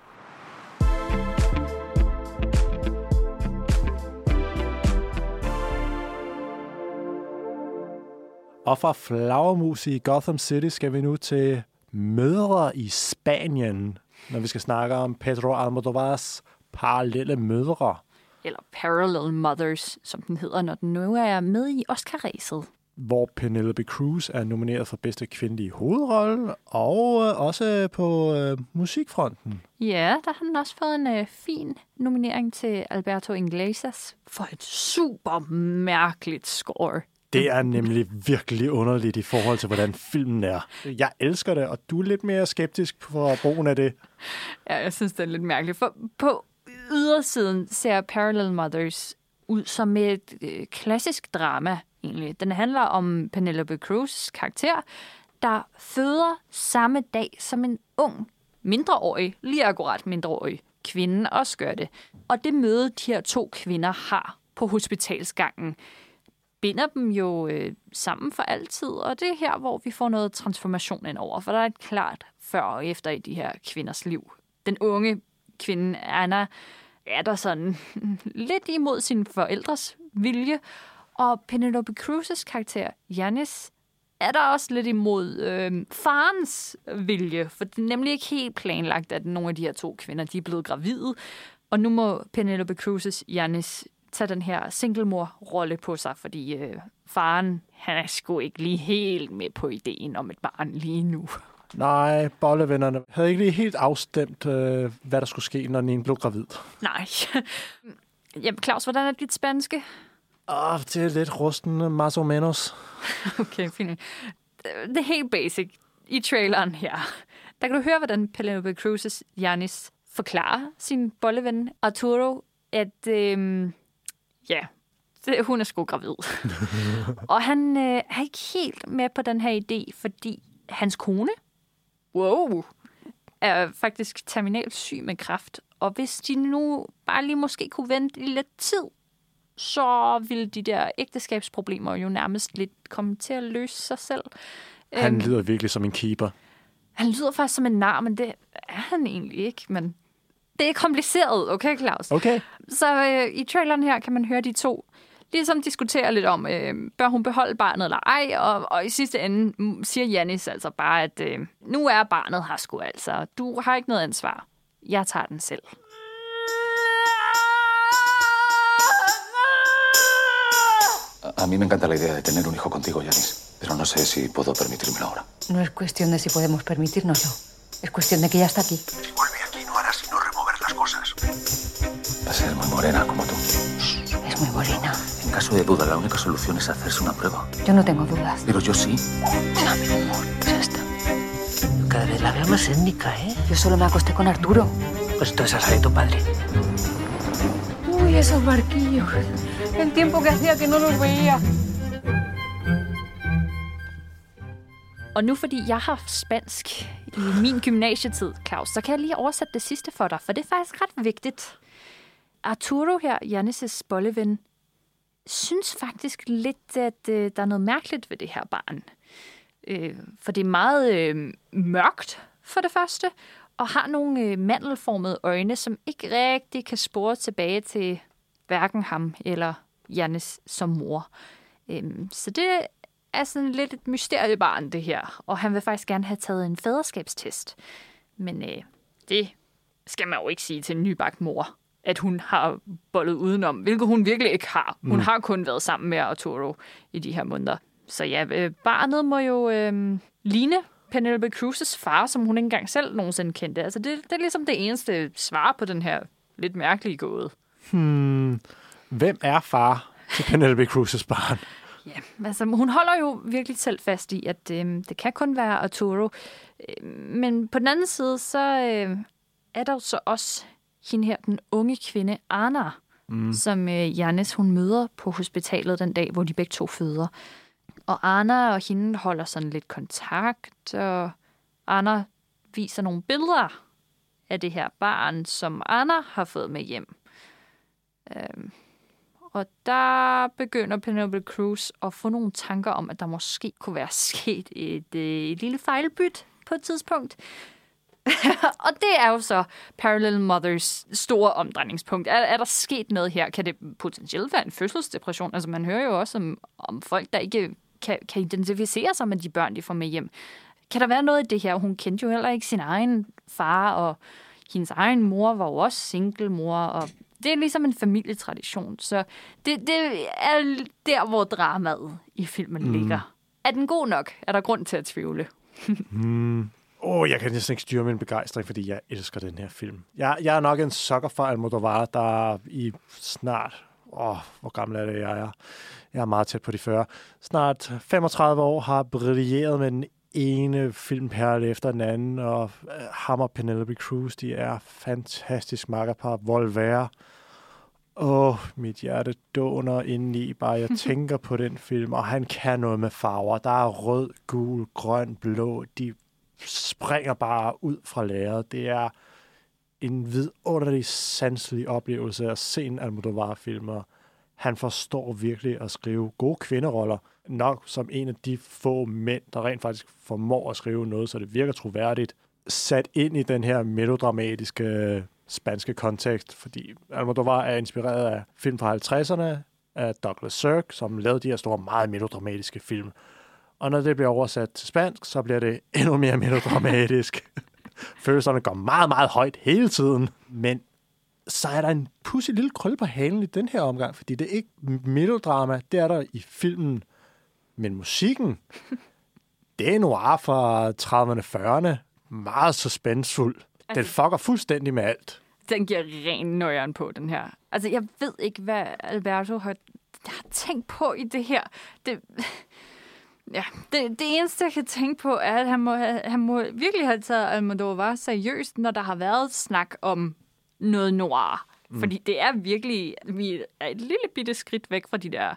Og fra flagermus i Gotham City skal vi nu til mødre i Spanien, når vi skal snakke om Pedro Almodóvar's Parallelle mødre. Eller Parallel Mothers, som den hedder, når den nu er med i Oscar-ræset. Hvor Penelope Cruz er nomineret for bedste kvindelige hovedrolle, og øh, også på øh, musikfronten. Ja, der har den også fået en øh, fin nominering til Alberto Iglesias for et super mærkeligt score. Det er nemlig virkelig underligt i forhold til, hvordan filmen er. Jeg elsker det, og du er lidt mere skeptisk på brugen af det. Ja, jeg synes, det er lidt mærkeligt. For på ydersiden ser Parallel Mothers ud som et øh, klassisk drama, egentlig. Den handler om Penelope Cruz' karakter, der føder samme dag som en ung, mindreårig, lige akkurat mindreårig kvinde også gør det. Og det møde, de her to kvinder har på hospitalsgangen, binder dem jo øh, sammen for altid, og det er her, hvor vi får noget transformation ind over, for der er et klart før og efter i de her kvinders liv. Den unge kvinde, Anna, er der sådan lidt imod sin forældres vilje, og Penelope Cruz's karakter, Janis, er der også lidt imod øh, farens vilje, for det er nemlig ikke helt planlagt, at nogle af de her to kvinder, de er blevet gravide, og nu må Penelope Cruz's Janis tage den her singlemor-rolle på sig, fordi øh, faren, han er sgu ikke lige helt med på ideen om et barn lige nu. Nej, bollevennerne havde ikke lige helt afstemt, øh, hvad der skulle ske, når den ene blev gravid. Nej. Jamen, Claus, hvordan er dit spanske? Åh, oh, det er lidt rustende, más o menos. Okay, fint. Det er helt basic i traileren her. der kan du høre, hvordan Penelope Cruz's Giannis forklarer sin bolleven Arturo, at øh, ja, det, hun er sgu gravid. Og han øh, er ikke helt med på den her idé, fordi hans kone, wow, er faktisk terminalt syg med kræft. Og hvis de nu bare lige måske kunne vente i lidt tid, så ville de der ægteskabsproblemer jo nærmest lidt komme til at løse sig selv. Han Øhm, lyder virkelig som en keeper. Han lyder faktisk som en nar, men det er han egentlig ikke. Men det er kompliceret, okay, Claus? Okay. Så øh, i traileren her kan man høre de to ligesom diskutere lidt om, øh, bør hun beholde barnet eller ej, og, og i sidste ende siger Giannis altså bare, at øh, nu er barnet her sgu altså. Du har ikke noget ansvar. Jeg tager den selv. A mí me encanta la idea de tener un hijo contigo, Giannis, pero no sé si puedo permitírmelo ahora. No es cuestión de si podemos permitírnoslo. Es cuestión de que ya está aquí. Si vuelve aquí no hará sino remover las cosas. Va a ser muy morena como tú. Es muy morena. En caso de duda, la única solución es hacerse una prueba. Yo no tengo dudas. Pero yo sí. No, mi amor, ya está. Cada vez la veo más étnica, ¿eh? Yo solo me acosté con Arturo. Pues entonces esa de tu padre. Uy, esos barquillos. El tiempo que hacía que no los veía. Og nu fordi jeg har haft spansk i min gymnasietid, Claus, så kan jeg lige oversætte det sidste for dig, for det er faktisk ret vigtigt. Arturo her, Giannis' bolleven, synes faktisk lidt, at øh, der er noget mærkeligt ved det her barn. Øh, for det er meget øh, mørkt for det første, og har nogle øh, mandelformede øjne, som ikke rigtig kan spore tilbage til hverken ham eller Giannis som mor. Øh, så det er sådan lidt et mysteriebarn, det her. Og han vil faktisk gerne have taget en faderskabstest. Men øh, det skal man jo ikke sige til en nybagt mor, at hun har bollet udenom, hvilket hun virkelig ikke har. Hun mm. har kun været sammen med Arturo i de her måneder. Så ja, øh, barnet må jo øh, ligne Penelope Cruz's far, som hun ikke engang selv nogensinde kendte. Altså det, det er ligesom det eneste svar på den her lidt mærkelige gåde. Hmm. Hvem er far til Penelope Cruz's barn? Ja, altså hun holder jo virkelig selv fast i, at øh, det kan kun være Arturo. Øh, men på den anden side, så øh, er der jo så også hende her, den unge kvinde, Anna, mm. som øh, Giannis, hun møder på hospitalet den dag, hvor de begge to føder. Og Anna og hende holder sådan lidt kontakt, og Anna viser nogle billeder af det her barn, som Anna har fået med hjem. Øh, Og der begynder Penelope Cruz at få nogle tanker om, at der måske kunne være sket et, et lille fejlbyt på et tidspunkt. Og det er jo så Parallel Mothers store omdrejningspunkt. Er, er der sket noget her? Kan det potentielt være en fødselsdepression? Altså man hører jo også om, om folk, der ikke kan, kan identificere sig med de børn, de får med hjem. Kan der være noget i det her? Hun kendte jo heller ikke sin egen far, og hendes egen mor var jo også single mor, og det er ligesom en familietradition, så det, det er der, hvor dramaet i filmen mm. ligger. Er den god nok? Er der grund til at tvivle? mm. oh, jeg kan næsten ikke styre min begejstring, fordi jeg elsker den her film. Jeg, jeg er nok en sucker for Almodovar, der i snart... Åh, oh, hvor gammel er det, jeg er? Jeg er meget tæt på de fyrre. Snart femogtredive år har brilleret med den ene filmperle efter den anden, og ham og Penelope Cruz, de er fantastisk makkerpar. Volver. Åh, oh, mit hjerte dåner indeni, bare jeg tænker på den film, og han kan noget med farver. Der er rød, gul, grøn, blå. De springer bare ud fra lærredet. Det er en vidunderlig, sanselig oplevelse at se en Almodovar-film, og han forstår virkelig at skrive gode kvinderoller. Nok som en af de få mænd, der rent faktisk formår at skrive noget, så det virker troværdigt. Sat ind i den her melodramatiske spanske kontekst, fordi Almodovar er inspireret af film fra halvtredserne, af Douglas Sirk, som lavede de her store, meget melodramatiske film. Og når det bliver oversat til spansk, så bliver det endnu mere melodramatisk. Følelserne går meget, meget højt hele tiden, men så er der en pudsig lille krølle på halen i den her omgang, fordi det er ikke melodrama, det er der i filmen. Men musikken, det er noir fra trediverne, fyrrerne, meget suspensfuld. Den altså, fucker fuldstændig med alt. Den giver ren nøjeren på, den her. Altså, jeg ved ikke, hvad Alberto har, har tænkt på i det her. Det, Ja, det, det eneste, jeg kan tænke på, er, at han må, have, han må virkelig have taget Almodovar seriøst, når der har været snak om noget noir. Mm. Fordi det er virkelig, vi er et lille bitte skridt væk fra de der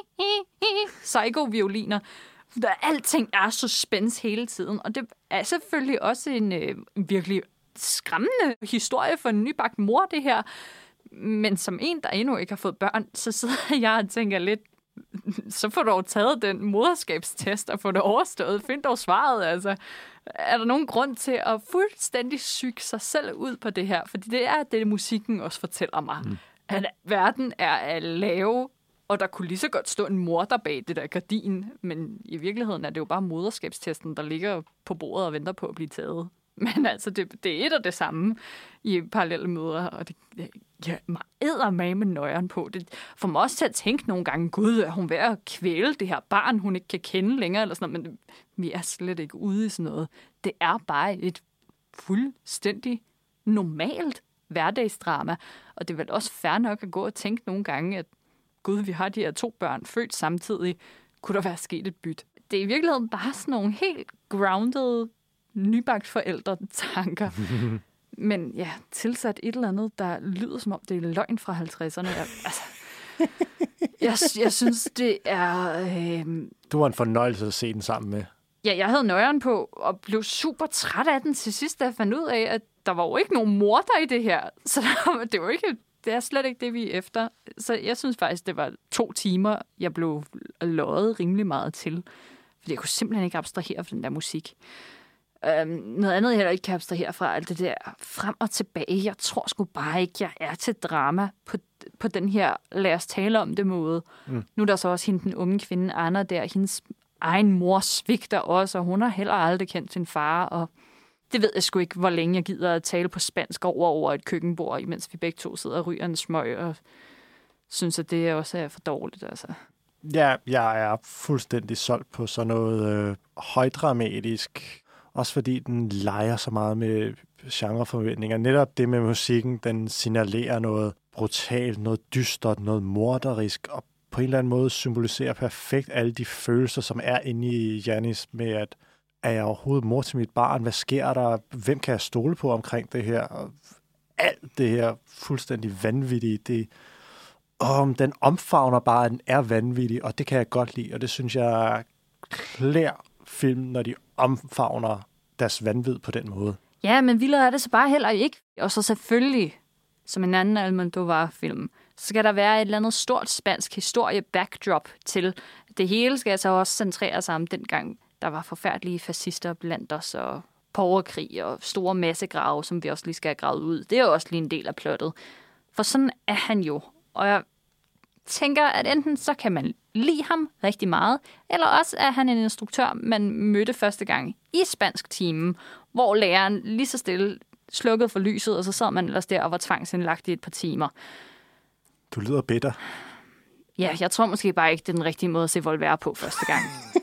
psycho-violiner. Der alting er suspense hele tiden, og det er selvfølgelig også en øh, virkelig skræmmende historie for en nybagt mor, det her. Men som en, der endnu ikke har fået børn, så sidder jeg og tænker lidt, så får du jo taget den moderskabstest og få det overstået. Find dog svaret, altså. Er der nogen grund til at fuldstændig psyke sig selv ud på det her? Fordi det er det, musikken også fortæller mig. Mm. At verden er lav, og der kunne lige så godt stå en morder bag det der gardin. Men i virkeligheden er det jo bare moderskabstesten, der ligger på bordet og venter på at blive taget. Men altså, det, det er et og det samme i parallelle mødre, og det ja, mig eddermame nøjeren på. Det får mig også til at tænke nogle gange, gud, er hun ved at kvæle det her barn, hun ikke kan kende længere, eller sådan noget, men vi er slet ikke ude i sådan noget. Det er bare et fuldstændig normalt hverdagsdrama, og det er vel også fair nok at gå og tænke nogle gange, at gud, vi har de her to børn født samtidig, kunne der være sket et byt. Det er i virkeligheden bare sådan nogle helt grounded nybagt forældre-tanker. Men ja, tilsat et eller andet, der lyder som om, det er løgn fra halvtredserne. Jeg, altså, jeg, jeg synes, det er... Øh... Du var en fornøjelse at se den sammen med. Ja, jeg havde nøjeren på, og blev super træt af den til sidst, da jeg fandt ud af, at der var jo ikke nogen morder i det her. Så der, det var ikke... Det er slet ikke det, vi er efter. Så jeg synes faktisk, det var to timer, jeg blev løjet rimelig meget til. Fordi jeg kunne simpelthen ikke abstrahere fra den der musik. Um, noget andet, jeg heller ikke kan abstrahere fra, alt det der frem og tilbage. Jeg tror sgu bare ikke, jeg er til drama på, på den her lad os tale om det måde. Mm. Nu er der så også hende, den unge kvinde, Anna, der. Hendes egen mor svigter også, og hun har heller aldrig kendt sin far. Og det ved jeg sgu ikke, hvor længe jeg gider at tale på spansk over over et køkkenbord, imens vi begge to sidder og ryger en smøg, og synes, at det også er for dårligt, altså. Ja, jeg er fuldstændig solgt på sådan noget øh, højdramatisk. Også fordi den leger så meget med genreforventninger. Netop det med musikken, den signalerer noget brutalt, noget dystert, noget morderisk, og på en eller anden måde symboliserer perfekt alle de følelser, som er inde i Janis med, at er jeg overhovedet mor til mit barn? Hvad sker der? Hvem kan jeg stole på omkring det her? Og alt det her fuldstændig vanvittige, det, om den omfavner bare, at den er vanvittig, og det kan jeg godt lide, og det synes jeg klæder film, når de omfavner deres vanvid på den måde. Ja, men vildere er det så bare heller ikke. Og så selvfølgelig, som en anden Almodovar-film, så skal der være et eller andet stort spansk historie-backdrop til. Det hele skal altså også centrere sig om dengang, der var forfærdelige fascister blandt os, og borgerkrig og store massegrave, som vi også lige skal have gravet ud. Det er jo også lige en del af plottet. For sådan er han jo. Og jeg tænker, at enten så kan man lide ham rigtig meget, eller også er han en instruktør, man mødte første gang i spansk timen, hvor læreren lige så stille slukkede for lyset, og så sad man ellers der og var tvangsindlagt i et par timer. Du lyder bitter. Ja, jeg tror måske bare ikke, det er den rigtige måde at se Volver på første gang.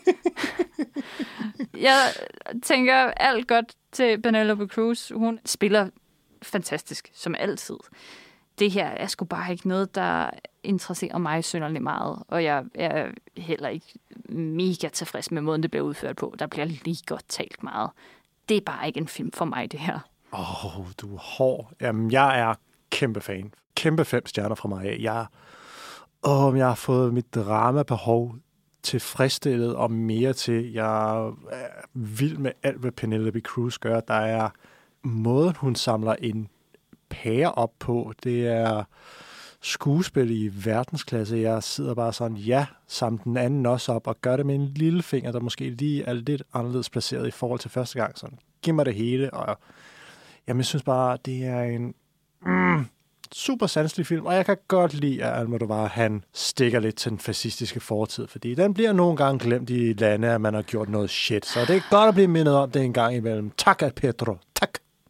Jeg tænker alt godt til Penélope Cruz. Hun spiller fantastisk, som altid. Det her er sgu bare ikke noget, der interesserer mig synderligt meget, og jeg er heller ikke mega tilfreds med måden, det bliver udført på. Der bliver lige godt talt meget. Det er bare ikke en film for mig, det her. Åh, oh, du er hård. Jamen, jeg er kæmpe fan. Kæmpe fem stjerner fra mig af. Jeg, oh, jeg har fået mit dramabehov tilfredsstillet og mere til. Jeg er vild med alt, hvad Penélope Cruz gør. Der er måden, hun samler en pære op på. Det er skuespil i verdensklasse. Jeg sidder bare sådan, ja, samle den anden også op, og gør det med en lille finger, der måske lige er lidt anderledes placeret i forhold til første gang. Sådan, giv mig det hele, og jamen, jeg synes bare, det er en mm, super sanselig film, og jeg kan godt lide, at Almodovar, han stikker lidt til den fascistiske fortid, fordi den bliver nogle gange glemt i lande, at man har gjort noget shit, så det er godt at blive mindet om det en gang imellem. Tak, Pedro. Tak.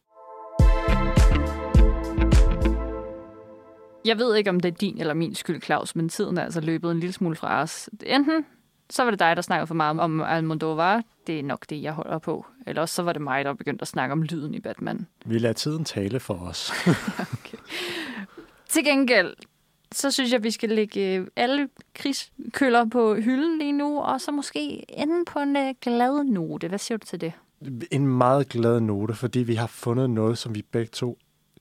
Jeg ved ikke, om det er din eller min skyld, Claus, men tiden er altså løbet en lille smule fra os. Enten så var det dig, der snakkede for meget om Almodovar. Det er nok det, jeg holder på. Eller også så var det mig, der begyndte at snakke om lyden i Batman. Vi lader tiden tale for os. Okay. Til gengæld, så synes jeg, vi skal lægge alle krigskøller på hylden lige nu, og så måske ende på en uh, glad note. Hvad siger du til det? En meget glad note, fordi vi har fundet noget, som vi begge to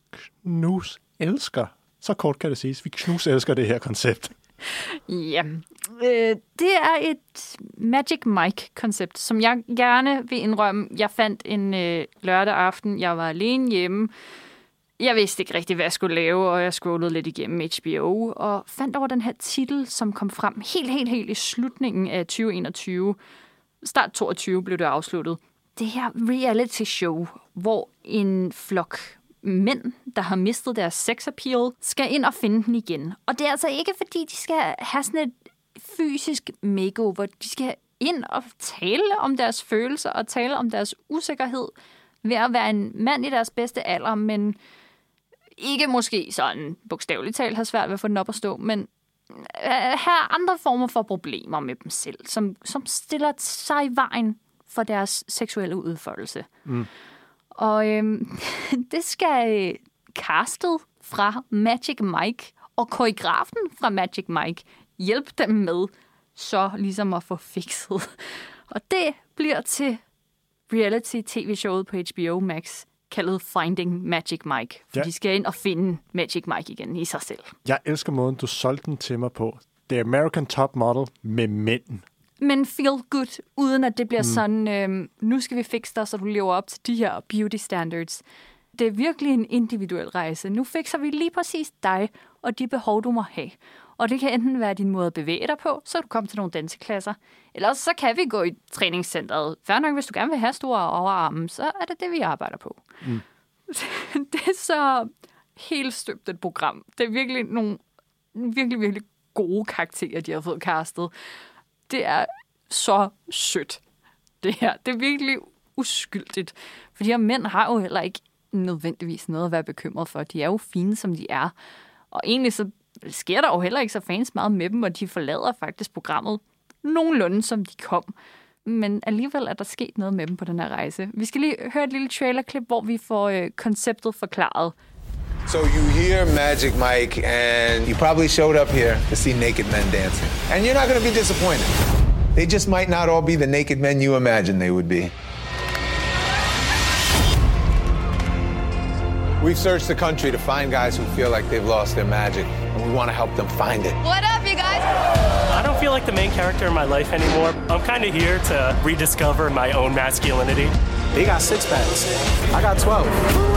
knus elsker. Så kort kan det siges. Vi knus elsker det her koncept. Ja, øh, det er et Magic Mike-koncept, som jeg gerne vil indrømme. Jeg fandt en øh, lørdag aften, jeg var alene hjemme. Jeg vidste ikke rigtig, hvad jeg skulle lave, og jeg scrollede lidt igennem H B O, og fandt over den her titel, som kom frem helt, helt, helt i slutningen af tyve enogtyve. Start toogtyve blev det afsluttet. Det her reality-show, hvor en flok mænd, der har mistet deres sex appeal, skal ind og finde den igen. Og det er altså ikke, fordi de skal have sådan et fysisk makeover. De skal ind og tale om deres følelser og tale om deres usikkerhed ved at være en mand i deres bedste alder, men ikke måske sådan bogstaveligt talt har svært ved at få den op at stå, men have andre former for problemer med dem selv, som, som stiller sig i vejen for deres seksuelle udfoldelse. Mm. Og øhm, det skal castet fra Magic Mike og koreografen fra Magic Mike hjælpe dem med, så ligesom at få fikset. Og det bliver til reality-tv-showet på H B O Max, kaldet Finding Magic Mike. For ja. De skal ind og finde Magic Mike igen i sig selv. Jeg elsker måden, du solgte den til mig på. Det er American Top Model med mænd. Men feel good, uden at det bliver mm. sådan, øh, nu skal vi fikse dig, så du lever op til de her beauty standards. Det er virkelig en individuel rejse. Nu fikser vi lige præcis dig og de behov, du må have. Og det kan enten være din måde at bevæge dig på, så du kommer til nogle danseklasser. Eller så kan vi gå i træningscenteret. Fair nok, hvis du gerne vil have store overarme, så er det det, vi arbejder på. Mm. Det er så helt støbt et program. Det er virkelig nogle virkelig, virkelig gode karakterer, de har fået castet. Det er så sødt, det her. Det er virkelig uskyldigt. For de her mænd har jo heller ikke nødvendigvis noget at være bekymret for. De er jo fine, som de er. Og egentlig så sker der jo heller ikke så fans meget med dem, og de forlader faktisk programmet nogenlunde, som de kom. Men alligevel er der sket noget med dem på den her rejse. Vi skal lige høre et lille trailerklip, hvor vi får øh, konceptet forklaret. So you hear Magic Mike, and you probably showed up here to see naked men dancing. And you're not going to be disappointed. They just might not all be the naked men you imagine they would be. We've searched the country to find guys who feel like they've lost their magic, and we want to help them find it. What up, you guys? I don't feel like the main character in my life anymore. I'm kind of here to rediscover my own masculinity. They got six packs. I got twelve.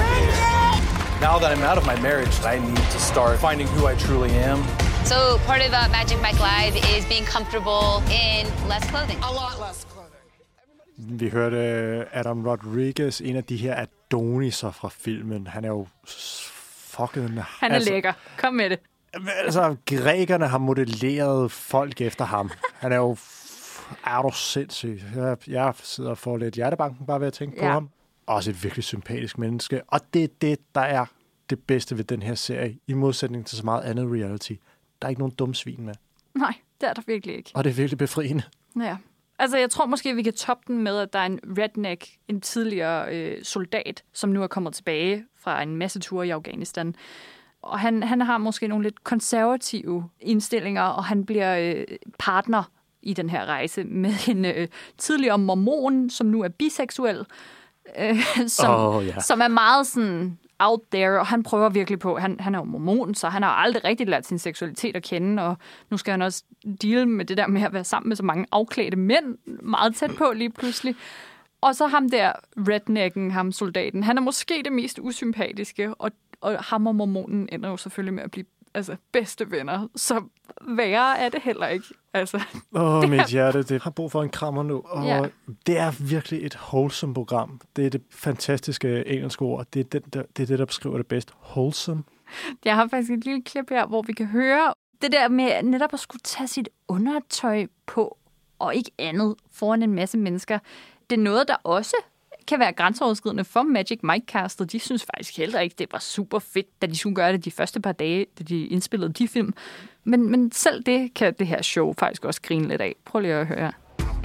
Now that I'm out of my marriage, I need to start finding who I truly am. So part of uh, Magic Mike Live is being comfortable in less clothing. A lot less clothing. Vi hørte Adam Rodriguez, en af de her Adoniser fra filmen. Han er jo fucking... Han er altså, lækker. Kom med det. Altså, grækerne har modelleret folk efter ham. Han er jo... Er du sindssyg? Jeg, jeg sidder og får lidt hjertebanken bare ved at tænke ja. på ham. Også et virkelig sympatisk menneske. Og det er det, der er det bedste ved den her serie. I modsætning til så meget andet reality. Der er ikke nogen dumme svin med. Nej, det er der virkelig ikke. Og det er virkelig befriende. Ja. Altså, jeg tror måske, vi kan toppe den med, at der er en redneck, en tidligere øh, soldat, som nu er kommet tilbage fra en masse ture i Afghanistan. Og han, han har måske nogle lidt konservative indstillinger, og han bliver øh, partner i den her rejse med en øh, tidligere mormon, som nu er biseksuel. Øh, som, oh, yeah. som er meget sådan out there, og han prøver virkelig på, han, han er jo mormon, så han har aldrig rigtig lært sin seksualitet at kende, og nu skal han også deal med det der med at være sammen med så mange afklædte mænd, meget tæt på lige pludselig. Og så ham der rednecken, ham soldaten, han er måske det mest usympatiske, og, og ham og mormonen ender jo selvfølgelig med at blive altså, bedste venner, så værre er det heller ikke. Altså, Åh, oh, mit hjerte, det har brug for en krammer nu. Og ja. Det er virkelig et wholesome program. Det er det fantastiske engelske ord. Det er det, der, det er det, der beskriver det bedst. Wholesome. Jeg har faktisk et lille klip her, hvor vi kan høre det der med netop at skulle tage sit undertøj på, og ikke andet, foran en masse mennesker. Det er noget, der også kan være grænseoverskridende for Magic Mike-castet. De synes faktisk heller ikke, det var super fedt, da de skulle gøre det de første par dage, da de indspillede de film. Men, men selv det kan det her show faktisk også grine lidt af. Prøv lige at høre.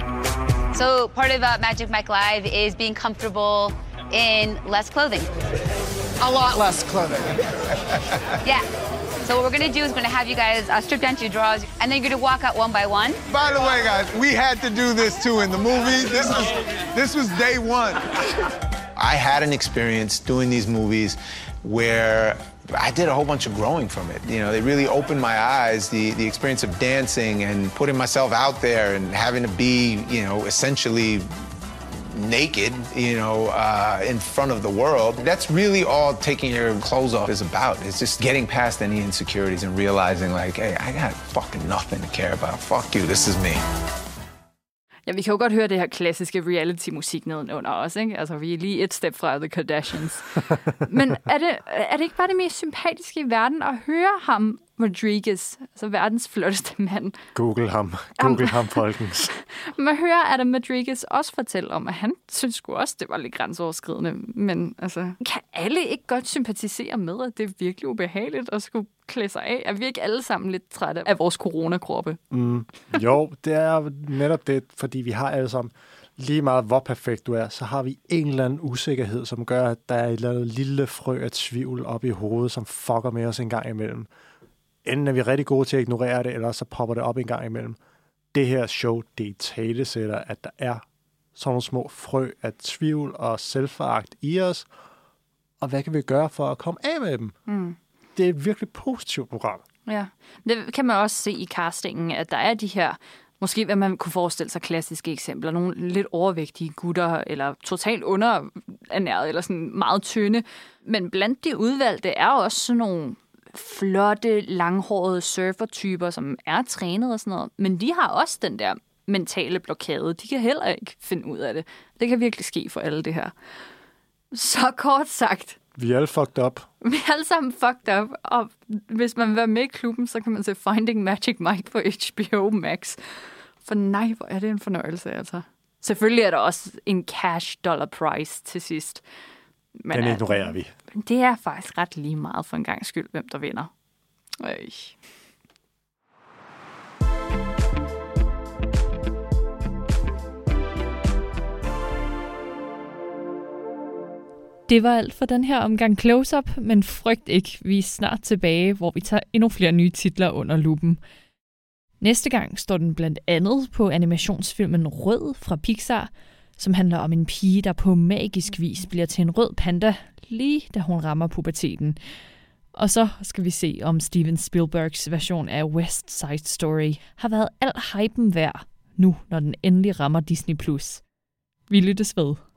So part of uh, Magic Mike Live is being comfortable in less clothing. A lot less clothing. Yeah. So what we're going to do is we're going to have you guys uh, strip down to your drawers, and then you're going to walk out one by one. By the way, guys, we had to do this too in the movie. This was, this was day one. I had an experience doing these movies where I did a whole bunch of growing from it. You know, they really opened my eyes, the, the experience of dancing and putting myself out there and having to be, you know, essentially naked, you know, uh, in front of the world. That's really all taking your clothes off is about. It's just getting past any insecurities and realizing like, hey, I got fucking nothing to care about. Fuck you, this is me. Ja, vi kan jo godt høre det her klassiske reality-musik nedenunder også, ikke? Altså, vi er lige et step fra The Kardashians. Men er det, er det ikke bare det mest sympatiske i verden at høre ham, Rodriguez, altså verdens flotteste mand? Google ham. Google ham, folkens. Man hører Adam Rodriguez også fortælle om, at han synes sgu også, det var lidt grænseoverskridende. Men altså, kan alle ikke godt sympatisere med, at det er virkelig ubehageligt at skulle klæde sig af? Er vi ikke alle sammen lidt trætte af vores coronakroppe? Mm, jo, det er netop det, fordi vi har alle sammen, lige meget hvor perfekt du er, så har vi en eller anden usikkerhed, som gør, at der er et eller andet lille frø af tvivl op i hovedet, som fucker med os en gang imellem. Enten er vi rigtig gode til at ignorere det, eller så popper det op en gang imellem. Det her show, det i talesætter, at der er sådan nogle små frø af tvivl og selvforagt i os, og hvad kan vi gøre for at komme af med dem? Mm. Det er et virkelig positivt program. Ja, det kan man også se i castingen, at der er de her, måske hvad man kunne forestille sig klassiske eksempler, nogle lidt overvægtige gutter, eller totalt underernærede, eller sådan meget tynde. Men blandt de udvalgte er også sådan nogle flotte, langhårede surfertyper, som er trænet og sådan noget. Men de har også den der mentale blokade. De kan heller ikke finde ud af det. Det kan virkelig ske for alle det her. Så kort sagt. Vi er alle fucked up. Vi er alle sammen fucked up. Og hvis man vil være med i klubben, så kan man se Finding Magic Mike på H B O Max. For nej, hvor er det en fornøjelse, altså. Selvfølgelig er der også en cash dollar price til sidst. Men den ignorerer vi. Men det er faktisk ret lige meget for en gang skyld, hvem der vinder. Øj. Det var alt for den her omgang Close-Up, men frygt ikke, vi er snart tilbage, hvor vi tager endnu flere nye titler under lupen. Næste gang står den blandt andet på animationsfilmen Rød fra Pixar, som handler om en pige, der på magisk vis bliver til en rød panda, lige da hun rammer puberteten. Og så skal vi se, om Steven Spielbergs version af West Side Story har været al hypen værd, nu når den endelig rammer Disney plus. Vi lyttes ved.